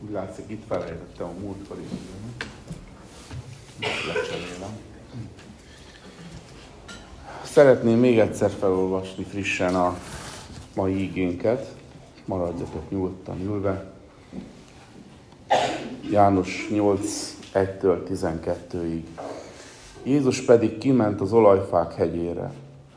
Úgy látszik, itt felejtettem a múltkor is. Lecserélem. Szeretném még egyszer felolvasni frissen a mai igénket. Maradjatok nyugodtan ülve. János 8, 1-től 12-ig. Jézus pedig kiment az olajfák hegyére.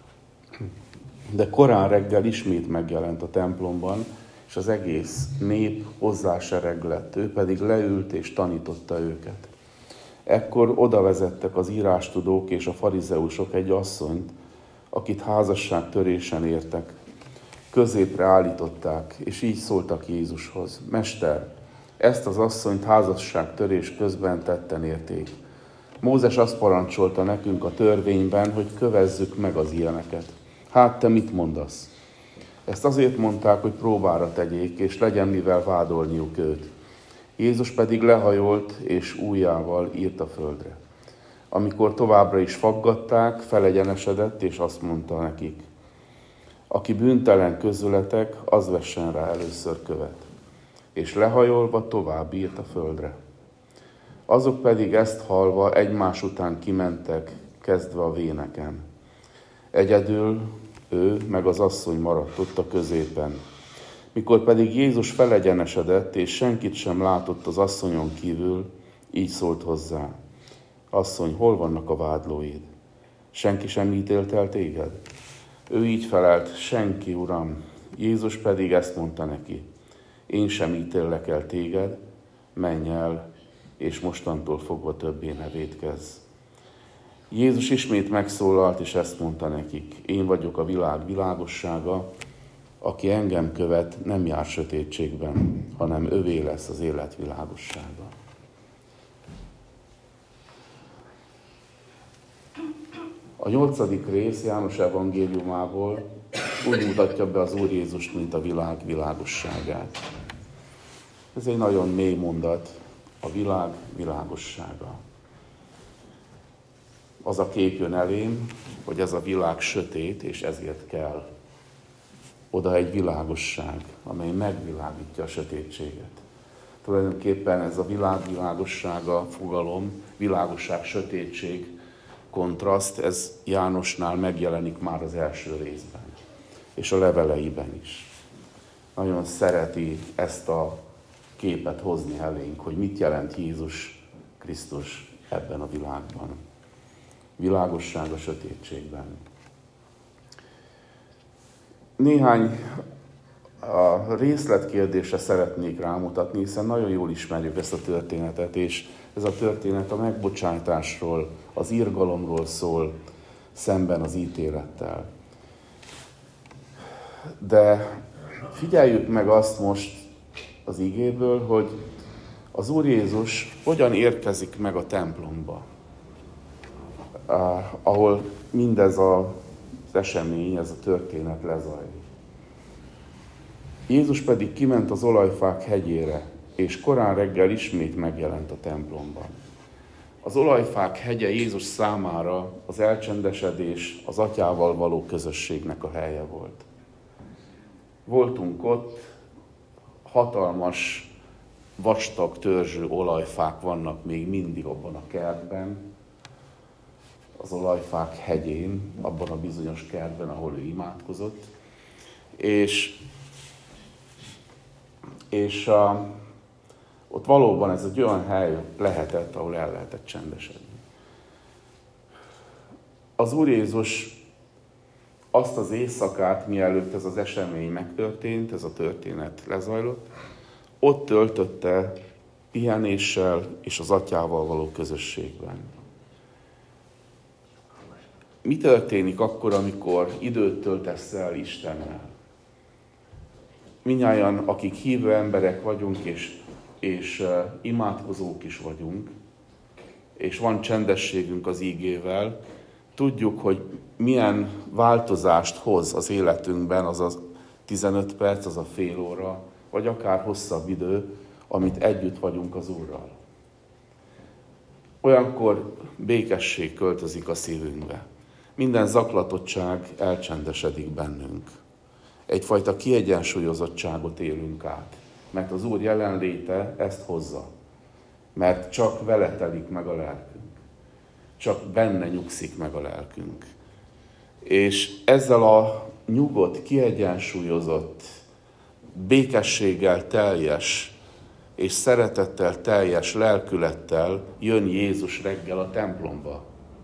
De korán reggel ismét megjelent a templomban, és az egész nép hozzásereglett, ő pedig leült és tanította őket. Ekkor odavezettek az írástudók és a farizeusok egy asszonyt, akit házasságtörésen értek. Középre állították, és így szóltak Jézushoz: Mester, ezt az asszonyt házasságtörés közben tetten érték. Mózes azt parancsolta nekünk a törvényben, hogy kövezzük meg az ilyeneket. Hát te mit mondasz? Ezt azért mondták, hogy próbára tegyék, és legyen mivel vádolniuk őt. Jézus pedig lehajolt, és ujjával írt a földre. Amikor továbbra is faggatták, felegyenesedett, és azt mondta nekik: aki bűntelen közületek, az vessen rá először követ. És lehajolva tovább írt a földre. Azok pedig ezt hallva egymás után kimentek, kezdve a véneken. Egyedül ő meg az asszony maradt ott a középen. Mikor pedig Jézus felegyenesedett, és senkit sem látott az asszonyon kívül, így szólt hozzá: Asszony, hol vannak a vádlóid? Senki sem ítélt el téged? Ő így felelt: senki, Uram. Jézus pedig ezt mondta neki: én sem ítéllek el téged, menj el, és mostantól fogva többé ne vétkezz. Jézus ismét megszólalt, és ezt mondta nekik: én vagyok a világ világossága, aki engem követ, nem jár sötétségben, hanem övé lesz az élet világossága. A 8. rész János evangéliumából úgy mutatja be az Úr Jézust, mint a világ világosságát. Ez egy nagyon mély mondat, a világ világossága. Az a kép jön elém, hogy ez a világ sötét, és ezért kell oda egy világosság, amely megvilágítja a sötétséget. Tulajdonképpen ez a világ világossága fogalom, világosság, sötétség, kontraszt, ez Jánosnál megjelenik már az első részben, és a leveleiben is. Nagyon szereti ezt a képet hozni elénk, hogy mit jelent Jézus Krisztus ebben a világban. Világosság a sötétségben. Néhány részletkérdésre szeretnék rámutatni, hiszen nagyon jól ismerjük ezt a történetet, és ez a történet a megbocsátásról, az irgalomról szól szemben az ítélettel. De figyeljük meg azt most az igéből, hogy az Úr Jézus hogyan érkezik meg a templomba, ahol mindez az esemény, ez a történet lezajlik. Jézus pedig kiment az olajfák hegyére, és korán reggel ismét megjelent a templomban. Az olajfák hegye Jézus számára az elcsendesedés, az atyával való közösségnek a helye volt. Voltunk ott, hatalmas, vastag törzsű olajfák vannak még mindig abban a kertben, az olajfák hegyén, abban a bizonyos kertben, ahol ő imádkozott, és ott valóban ez egy olyan hely lehetett, ahol el lehetett csendesedni. Az Úr Jézus azt az éjszakát, mielőtt ez az esemény megtörtént, ez a történet lezajlott, ott töltötte pihenéssel és az atyával való közösségben. Mi történik akkor, amikor időt töltesz el Istennel? Mindnyájan, akik hívő emberek vagyunk, és imádkozók is vagyunk, és van csendességünk az ígével, tudjuk, hogy milyen változást hoz az életünkben az a 15 perc, az a fél óra, vagy akár hosszabb idő, amit együtt vagyunk az Úrral. Olyankor békesség költözik a szívünkbe. Minden zaklatottság elcsendesedik bennünk. Egyfajta kiegyensúlyozottságot élünk át. Mert az Úr jelenléte ezt hozza. Mert csak vele telik meg a lelkünk. Csak benne nyugszik meg a lelkünk. És ezzel a nyugodt, kiegyensúlyozott, békességgel teljes és szeretettel teljes lelkülettel jön Jézus reggel a templomba.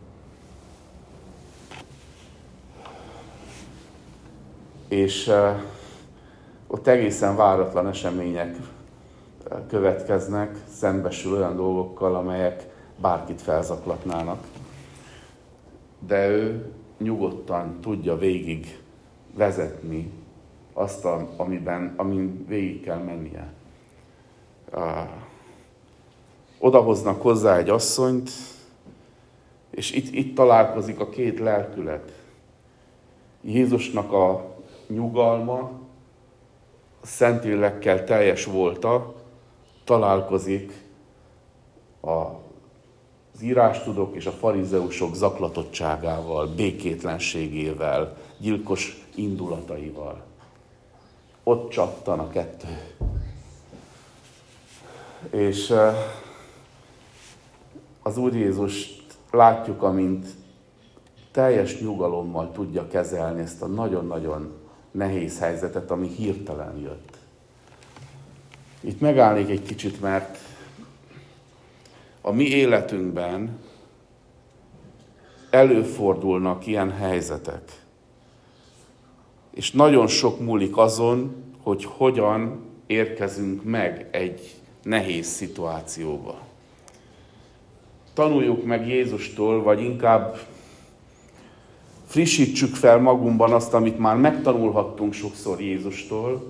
És ott egészen váratlan események következnek, szembesül olyan dolgokkal, amelyek bárkit felzaklatnának. De ő nyugodtan tudja végig vezetni azt, amin végig kell mennie. Odahoznak hozzá egy asszonyt, és itt találkozik a két lelkület. Jézusnak a nyugalma, a Szentlélekkel teljes volta, találkozik az írástudók és a farizeusok zaklatottságával, békétlenségével, gyilkos indulataival. Ott csattan a kettő. És az Úr Jézust látjuk, amint teljes nyugalommal tudja kezelni ezt a nagyon-nagyon nehéz helyzetet, ami hirtelen jött. Itt megállnék egy kicsit, mert a mi életünkben előfordulnak ilyen helyzetek. És nagyon sok múlik azon, hogy hogyan érkezünk meg egy nehéz szituációba. Tanuljuk meg Jézustól, vagy inkább frissítsük fel magunkban azt, amit már megtanulhattunk sokszor Jézustól,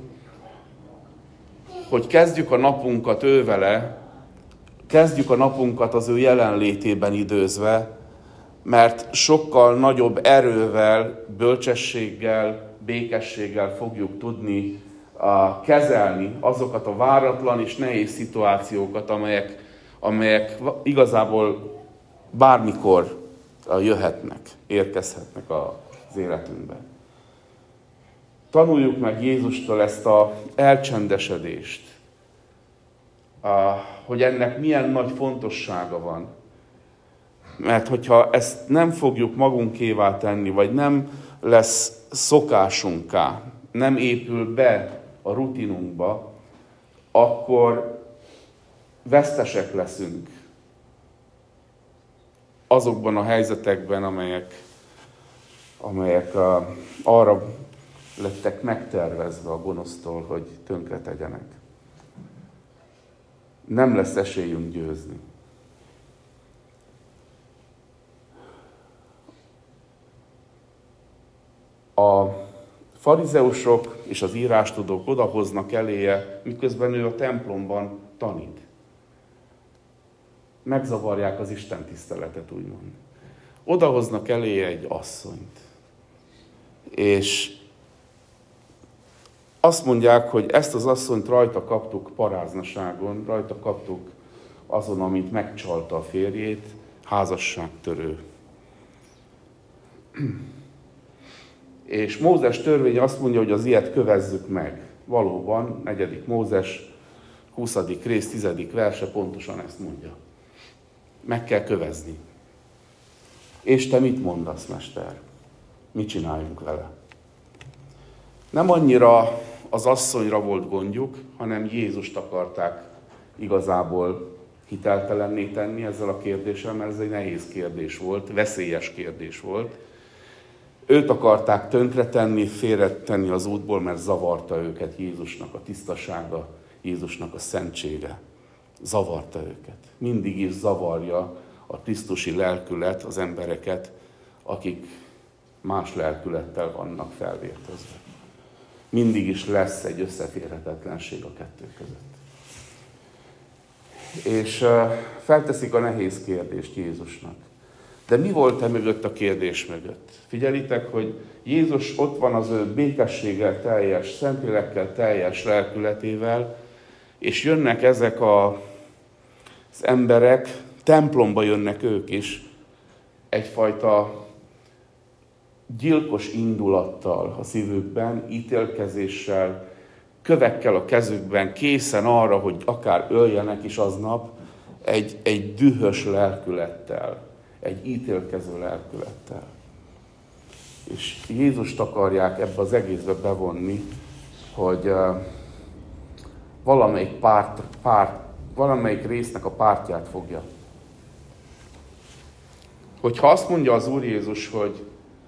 hogy kezdjük a napunkat ővele, kezdjük a napunkat az ő jelenlétében időzve, mert sokkal nagyobb erővel, bölcsességgel, békességgel fogjuk tudni kezelni azokat a váratlan és nehéz szituációkat, amelyek igazából bármikor jöhetnek, érkezhetnek az életünkbe. Tanuljuk meg Jézustól ezt az elcsendesedést, hogy ennek milyen nagy fontossága van. Mert hogyha ezt nem fogjuk magunkévá tenni, vagy nem lesz szokásunká, nem épül be a rutinunkba, akkor vesztesek leszünk azokban a helyzetekben, amelyek arra lettek megtervezve a gonosztól, hogy tönkre tegyenek. Nem lesz esélyünk győzni. A farizeusok és az írástudók odahoznak eléje, miközben ő a templomban tanít. Megzavarják az Isten tiszteletet, úgymond. Odahoznak eléje egy asszonyt. És azt mondják, hogy ezt az asszonyt rajta kaptuk paráznaságon, rajta kaptuk azon, amit megcsalta a férjét, házasságtörő. És Mózes törvény azt mondja, hogy az ilyet kövezzük meg. Valóban, 4. Mózes 20. rész 10. verse pontosan ezt mondja. Meg kell kövezni. És te mit mondasz, mester? Mit csináljunk vele? Nem annyira az asszonyra volt gondjuk, hanem Jézust akarták igazából hiteltelenné tenni ezzel a kérdéssel, mert ez egy nehéz kérdés volt, veszélyes kérdés volt. Őt akarták tönkretenni, félretenni az útból, mert zavarta őket Jézusnak a tisztasága, Jézusnak a szentsége. Zavarta őket. Mindig is zavarja a krisztusi lelkület az embereket, akik más lelkülettel vannak felvértezve. Mindig is lesz egy összeférhetetlenség a kettő között. És felteszik a nehéz kérdést Jézusnak. De mi volt mögött a kérdés mögött? Figyelitek, hogy Jézus ott van az ő békességgel teljes, Szentlélekkel teljes lelkületével, és jönnek ezek az emberek, templomba jönnek ők is, egyfajta gyilkos indulattal a szívükben, ítélkezéssel, kövekkel a kezükben, készen arra, hogy akár öljenek is aznap, egy dühös lelkülettel, egy ítélkező lelkülettel. És Jézust akarják ebbe az egészbe bevonni, hogy valamelyik résznek a pártját fogja. Hogyha azt mondja az Úr Jézus, hogy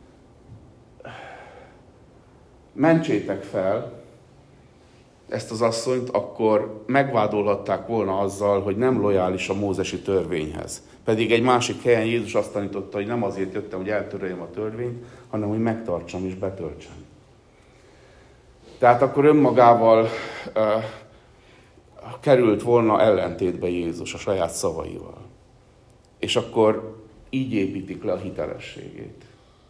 mentsétek fel ezt az asszonyt, akkor megvádolhatták volna azzal, hogy nem lojális a mózesi törvényhez. Pedig egy másik helyen Jézus azt tanította, hogy nem azért jöttem, hogy eltöröljem a törvényt, hanem hogy megtartsam és betöltsem. Tehát akkor önmagával került volna ellentétbe Jézus a saját szavaival. És akkor így építik le a hitelességét.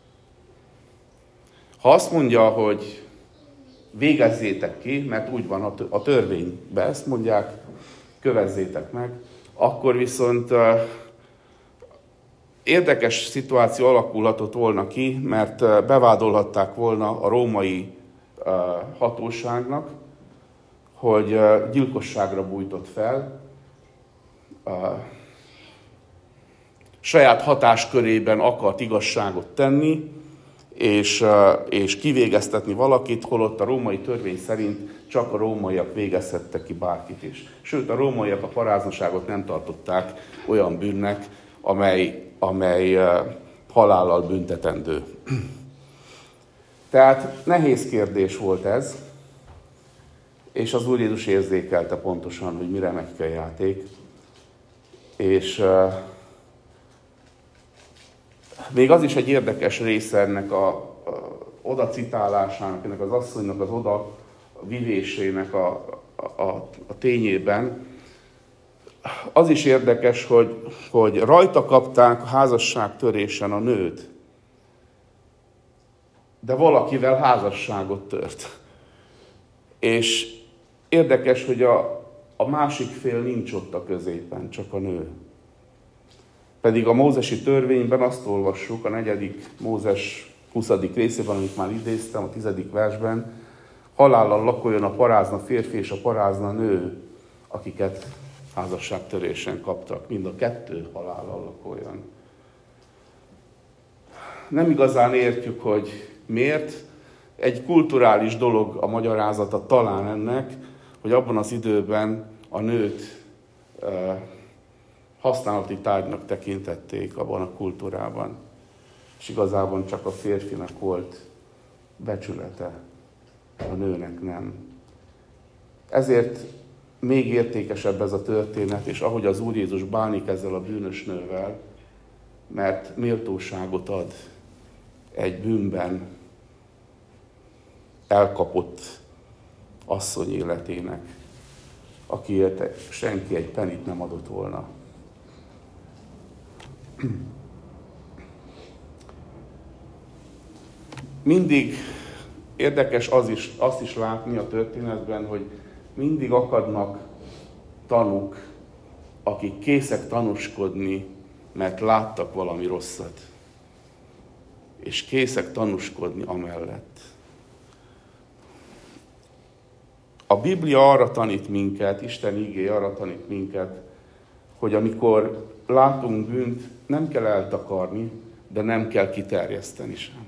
Ha azt mondja, hogy végezzétek ki, mert úgy van a törvényben, ezt mondják, kövezzétek meg, akkor viszont érdekes szituáció alakulhatott volna ki, mert bevádolhatták volna a római hatóságnak, hogy gyilkosságra bújtott fel, saját hatáskörében akart igazságot tenni, és kivégeztetni valakit, holott a római törvény szerint csak a rómaiak végezhettek ki bárkit is. Sőt, a rómaiak a paráznaságot nem tartották olyan bűnnek, amely halállal büntetendő. Tehát nehéz kérdés volt ez, és az Úr Jézus érzékelte pontosan, hogy mire megy ki a játék. És még az is egy érdekes része ennek a oda citálásának, ennek az asszonynak az oda vivésének a tényében. Az is érdekes, hogy rajta kapták a házasságtörésen a nőt, de valakivel házasságot tört. És érdekes, hogy a másik fél nincs ott a középen, csak a nő. Pedig a mózesi törvényben azt olvassuk, a 4. Mózes 20. részében, amit már idéztem, a 10. versben, halállal lakoljon a parázna férfi és a parázna nő, akiket házasságtörésen kaptak. Mind a kettő halállal lakoljon. Nem igazán értjük, hogy miért. Egy kulturális dolog a magyarázata talán ennek, hogy abban az időben a nőt használati tárgynak tekintették abban a kultúrában. És igazából csak a férfinak volt becsülete, a nőnek nem. Ezért még értékesebb ez a történet, és ahogy az Úr Jézus bánik ezzel a bűnös nővel, mert méltóságot ad egy bűnben elkapott asszony életének, akiért senki egy penit nem adott volna. Mindig érdekes azt is látni a történetben, hogy mindig akadnak tanúk, akik készek tanúskodni, mert láttak valami rosszat. És készek tanúskodni amellett. A Biblia arra tanít minket, Isten igéje arra tanít minket, hogy amikor látunk bűnt, nem kell eltakarni, de nem kell kiterjeszteni sem.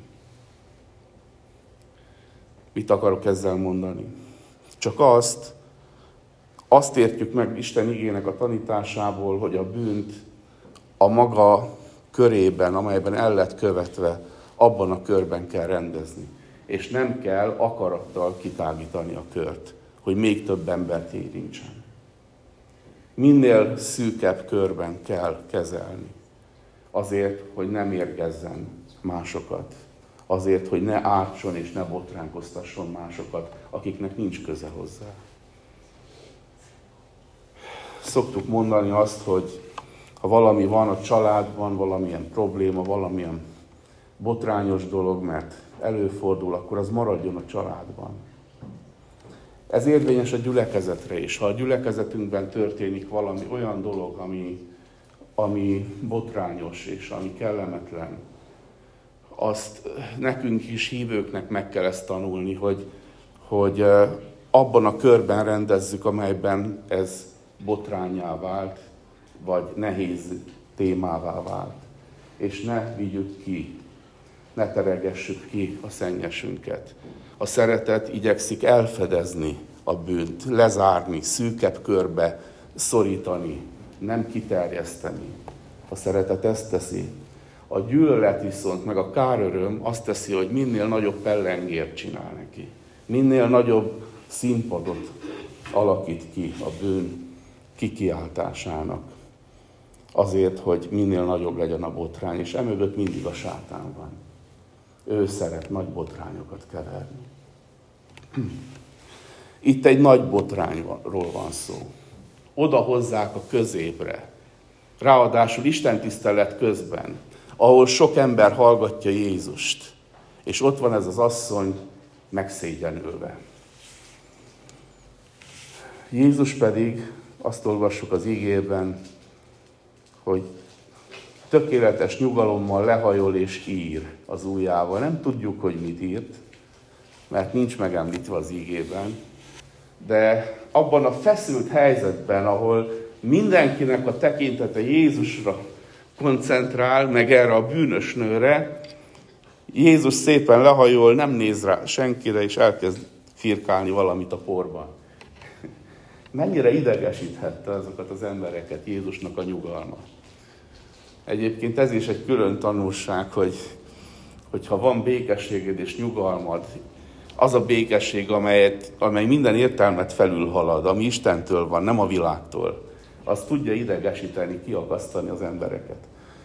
Mit akarok ezzel mondani? Csak azt értjük meg Isten igének a tanításából, hogy a bűnt a maga körében, amelyben el lett követve, abban a körben kell rendezni. És nem kell akarattal kitágítani a kört, hogy még több embert érintsen. Minél szűkebb körben kell kezelni. Azért, hogy ne mérgezzen másokat. Azért, hogy ne ártson és ne botránkoztasson másokat, akiknek nincs köze hozzá. Szoktuk mondani azt, hogy ha valami van a családban, valamilyen probléma, valamilyen botrányos dolog, mert előfordul, akkor az maradjon a családban. Ez érvényes a gyülekezetre is. Ha a gyülekezetünkben történik valami olyan dolog, ami botrányos és ami kellemetlen, azt nekünk is hívőknek meg kell ezt tanulni, hogy abban a körben rendezzük, amelyben ez botránnyá vált, vagy nehéz témává vált. És ne vigyük ki, ne teregessük ki a szennyesünket. A szeretet igyekszik elfedezni a bűnt, lezárni, szűkebb körbe szorítani, nem kiterjeszteni. A szeretet ezt teszi. A gyűlölet viszont, meg a káröröm azt teszi, hogy minél nagyobb pellengért csinál neki. Minél nagyobb színpadot alakít ki a bűn kikiáltásának. Azért, hogy minél nagyobb legyen a botrány, és emögött mindig a sátán van. Ő szeret nagy botrányokat keverni. Itt egy nagy botrányról van szó. Oda hozzák a középre. Ráadásul istentisztelet közben, ahol sok ember hallgatja Jézust. És ott van ez az asszony megszégyenülve. Jézus pedig, azt olvassuk az igében, hogy tökéletes nyugalommal lehajol és ír az ujjával. Nem tudjuk, hogy mit írt, mert nincs megemlítve az igében, de abban a feszült helyzetben, ahol mindenkinek a tekintete Jézusra koncentrál, meg erre a bűnös nőre, Jézus szépen lehajol, nem néz rá senkire, és elkezd firkálni valamit a porban. Mennyire idegesíthette azokat az embereket Jézusnak a nyugalma. Egyébként ez is egy külön tanulság, hogyha van békességed és nyugalmad, az a békesség, amely minden értelmet felülhalad, ami Istentől van, nem a világtól, az tudja idegesíteni, kiakasztani az embereket.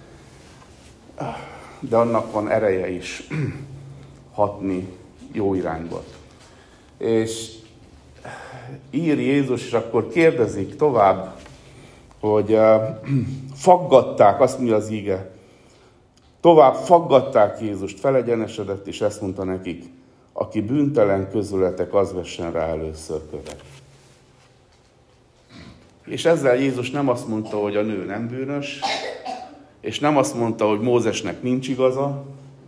De annak van ereje is hatni jó irányba. És ír Jézus, és akkor kérdezik tovább, hogy faggatták, azt mondja az íge, tovább faggatták Jézust, felegyenesedett, és ezt mondta nekik, aki bűntelen közületek, az vessen rá először követ. És ezzel Jézus nem azt mondta, hogy a nő nem bűnös, és nem azt mondta, hogy Mózesnek nincs igaza,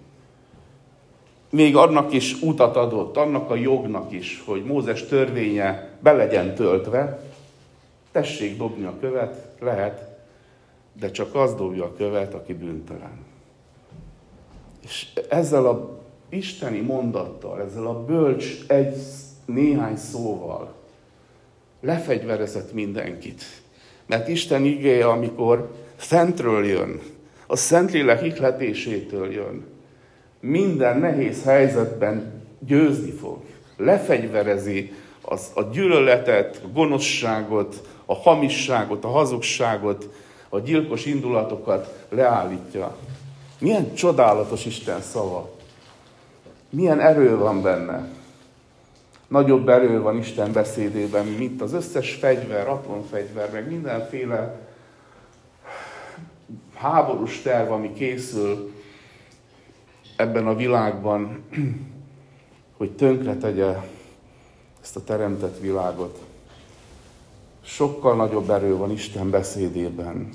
még annak is utat adott, annak a jognak is, hogy Mózes törvénye be legyen töltve, tessék dobni a követ, lehet, de csak az dobja a követ, aki bűntelen. És ezzel a isteni mondattal, ezzel a bölcs néhány szóval lefegyverezett mindenkit. Mert Isten igéje, amikor fentről jön, a Szentlélek ihletésétől jön, minden nehéz helyzetben győzni fog. Lefegyverezi a gyűlöletet, a gonoszságot, a hamisságot, a hazugságot, a gyilkos indulatokat leállítja. Milyen csodálatos Isten szava. Milyen erő van benne. Nagyobb erő van Isten beszédében, mint az összes fegyver, atomfegyver, meg mindenféle háborús terv, ami készül ebben a világban, hogy tönkretegye ezt a teremtett világot. Sokkal nagyobb erő van Isten beszédében.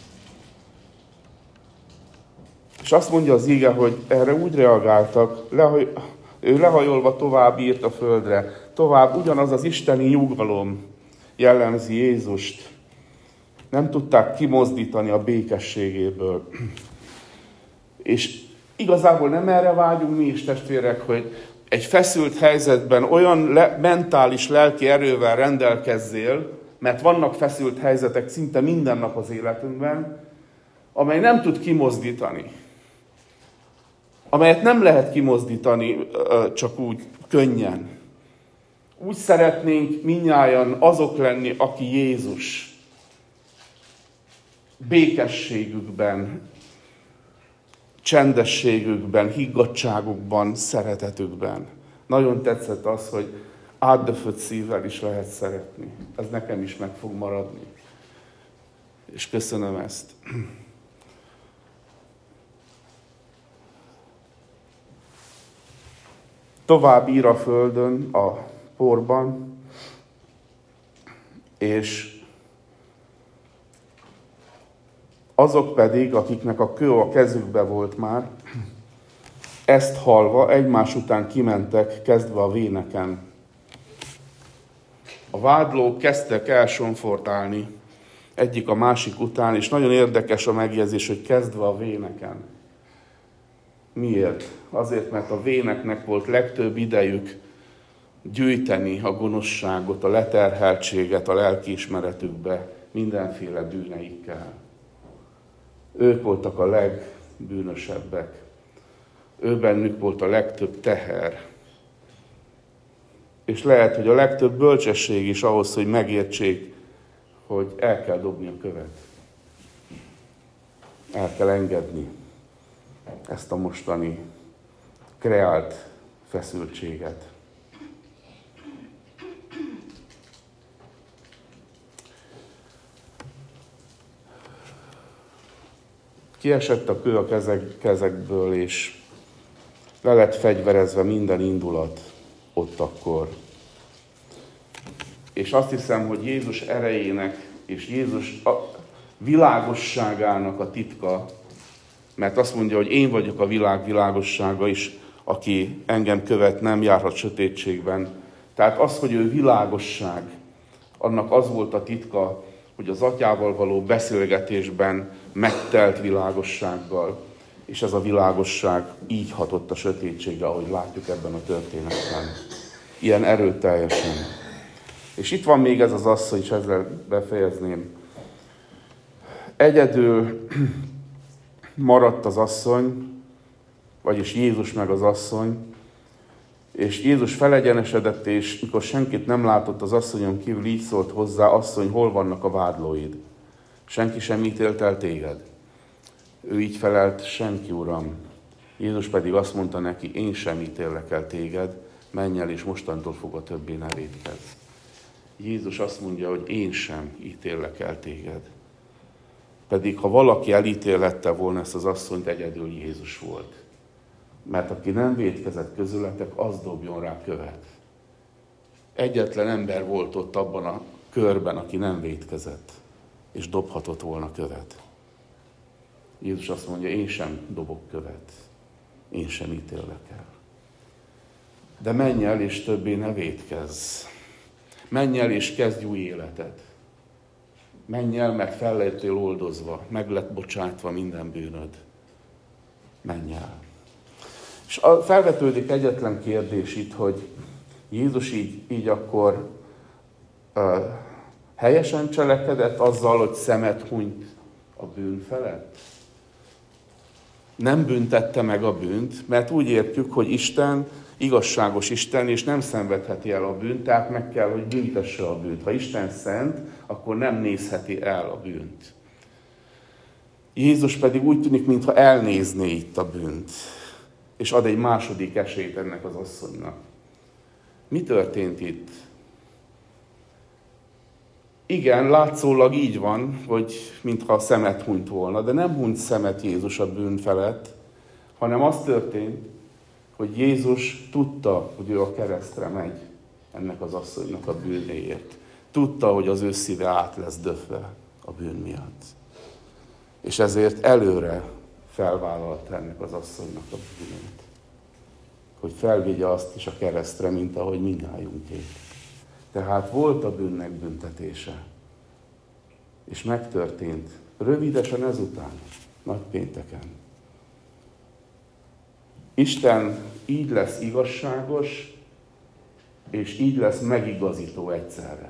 És azt mondja az íge, hogy erre úgy reagáltak, ő lehajolva tovább írt a földre, tovább ugyanaz az isteni nyugalom jellemzi Jézust. Nem tudták kimozdítani a békességéből. És igazából nem erre vágyunk mi is, testvérek, hogy egy feszült helyzetben olyan mentális, lelki erővel rendelkezzél, mert vannak feszült helyzetek szinte minden nap az életünkben, amely nem tud kimozdítani. Amelyet nem lehet kimozdítani csak úgy könnyen. Úgy szeretnénk mindnyájan azok lenni, aki Jézus. Békességükben, csendességükben, higgadtságukban, szeretetükben. Nagyon tetszett az, hogy átdöfött szívvel is lehet szeretni. Ez nekem is meg fog maradni. És köszönöm ezt. Tovább ír a földön, a porban, és azok pedig, akiknek a kő a kezükbe volt már, ezt hallva egymás után kimentek, kezdve a véneken. A vádlók kezdtek elsonfortálni egyik a másik után, és nagyon érdekes a megjegyzés, hogy kezdve a véneken. Miért? Azért, mert a véneknek volt legtöbb idejük gyűjteni a gonoszságot, a leterheltséget a lelkiismeretükbe mindenféle bűneikkel. Ők voltak a legbűnösebbek. Ő bennük volt a legtöbb teher. És lehet, hogy a legtöbb bölcsesség is ahhoz, hogy megértsék, hogy el kell dobni a követ. El kell engedni ezt a mostani kreált feszültséget. Kiesett a kő a kezekből, és le lett fegyverezve minden indulat ott akkor. És azt hiszem, hogy Jézus erejének és Jézus világosságának a titka, mert azt mondja, hogy én vagyok a világ világossága is, aki engem követ, nem járhat sötétségben. Tehát az, hogy ő világosság, annak az volt a titka, hogy az atyával való beszélgetésben megtelt világossággal, és ez a világosság így hatott a sötétségre, ahogy látjuk ebben a történetben. Ilyen erőteljesen. És itt van még ez az asszony, és ezzel befejezném. Egyedül maradt az asszony, vagyis Jézus meg az asszony, és Jézus felegyenesedett, és mikor senkit nem látott az asszonyon kívül, így szólt hozzá: asszony, hol vannak a vádlóid? Senki sem ítélt el téged. Ő így felelt: senki, Uram. Jézus pedig azt mondta neki: én sem ítélek el téged, menj el, és mostantól fogva többé ne vétkezz. Jézus azt mondja, hogy én sem ítélek el téged. Pedig ha valaki elítélette volna ezt az asszonyt, egyedül Jézus volt. Mert aki nem vétkezett közületek, az dobjon rá követ. Egyetlen ember volt ott abban a körben, aki nem vétkezett, és dobhatott volna követ. Jézus azt mondja: én sem dobok követ, én sem ítélek el. De menj el, és többé ne vétkezz. Menj el, és kezdj új életet. Menj el, mert fel lettél oldozva, meg lett bocsátva minden bűnöd. Menj el. És felvetődik egyetlen kérdés itt, hogy Jézus így akkor helyesen cselekedett azzal, hogy szemet hunyt a bűn felett? Nem büntette meg a bűnt, mert úgy értjük, hogy Isten igazságos Isten, és nem szenvedheti el a bűnt, tehát meg kell, hogy büntesse a bűnt. Ha Isten szent, akkor nem nézheti el a bűnt. Jézus pedig úgy tűnik, mintha elnézné itt a bűnt, és ad egy második esélyt ennek az asszonynak. Mi történt itt? Igen, látszólag így van, hogy mintha szemet hunyt volna, de nem hunyt szemet Jézus a bűn felett, hanem az történt, hogy Jézus tudta, hogy ő a keresztre megy ennek az asszonynak a bűnéért. Tudta, hogy az ő szíve át lesz döfve a bűn miatt. És ezért előre felvállalta ennek az asszonynak a bűnét. Hogy felvigye azt is a keresztre, mint ahogy mindnyájunkét. Tehát volt a bűnnek büntetése. És megtörtént rövidesen ezután, nagypénteken. Isten így lesz igazságos, és így lesz megigazító egyszerre.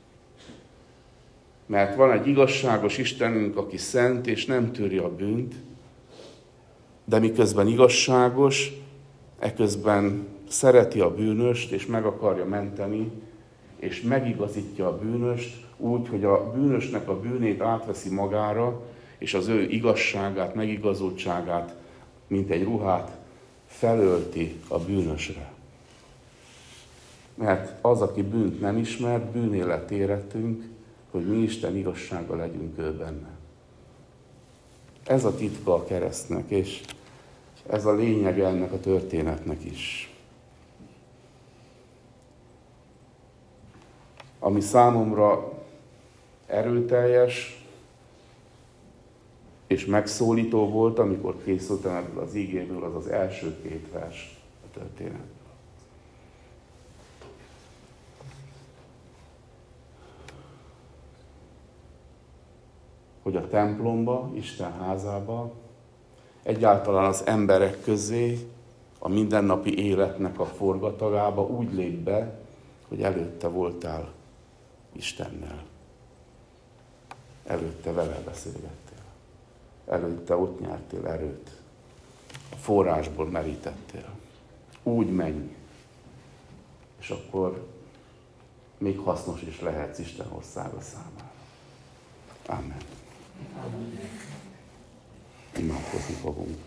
Mert van egy igazságos Istenünk, aki szent, és nem tűri a bűnt, de miközben igazságos, eközben szereti a bűnöst, és meg akarja menteni, és megigazítja a bűnöst úgy, hogy a bűnösnek a bűnét átveszi magára, és az ő igazságát, megigazultságát, mint egy ruhát, felölti a bűnösre. Mert az, aki bűnt nem ismert, bűnélet érettünk, hogy mi Isten igazsága legyünk ő benne. Ez a titka a keresztnek, és ez a lényeg ennek a történetnek is. Ami számomra erőteljes és megszólító volt, amikor készültem ebből az igéből, az az első 2 vers a történet. hogy a templomba, Isten házába, egyáltalán az emberek közé, a mindennapi életnek a forgatagába úgy lép be, hogy előtte voltál Istennel. Előtte vele beszélgettél. Előtte ott nyertél erőt. A forrásból merítettél. Úgy menj. És akkor még hasznos is lehetsz Isten országa számára. Amen. Imádkozni fogunk.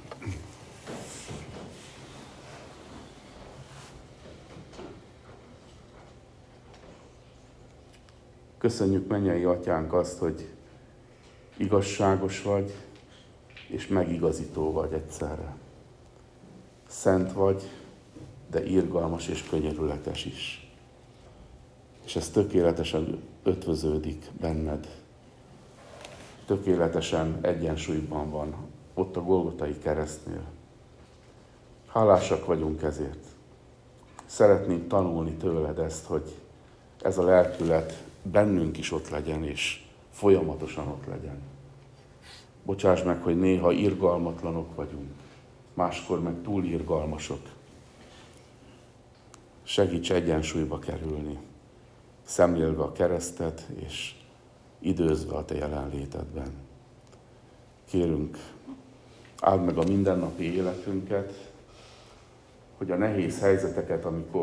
Köszönjük, mennyei Atyánk, azt, hogy igazságos vagy, és megigazító vagy egyszerre. Szent vagy, de irgalmas és könyörületes is. És ez tökéletesen ötvöződik benned. Tökéletesen egyensúlyban van ott a Golgotai keresztnél. Hálásak vagyunk ezért. Szeretnénk tanulni tőled ezt, hogy ez a lelkület bennünk is ott legyen, és folyamatosan ott legyen. Bocsáss meg, hogy néha irgalmatlanok vagyunk, máskor meg túl irgalmasok. Segíts egyensúlyba kerülni, szemlélve a keresztet, és időzve a te jelenlétedben. Kérünk, áld meg a mindennapi életünket, hogy a nehéz helyzeteket,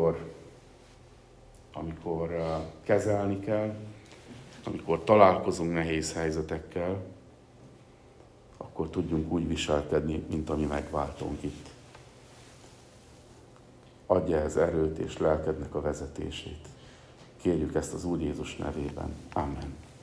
amikor kezelni kell, amikor találkozunk nehéz helyzetekkel, akkor tudjunk úgy viselkedni, mint ami megváltunk itt. Adja ez erőt és lelkednek a vezetését. Kérjük ezt az Úr Jézus nevében. Amen.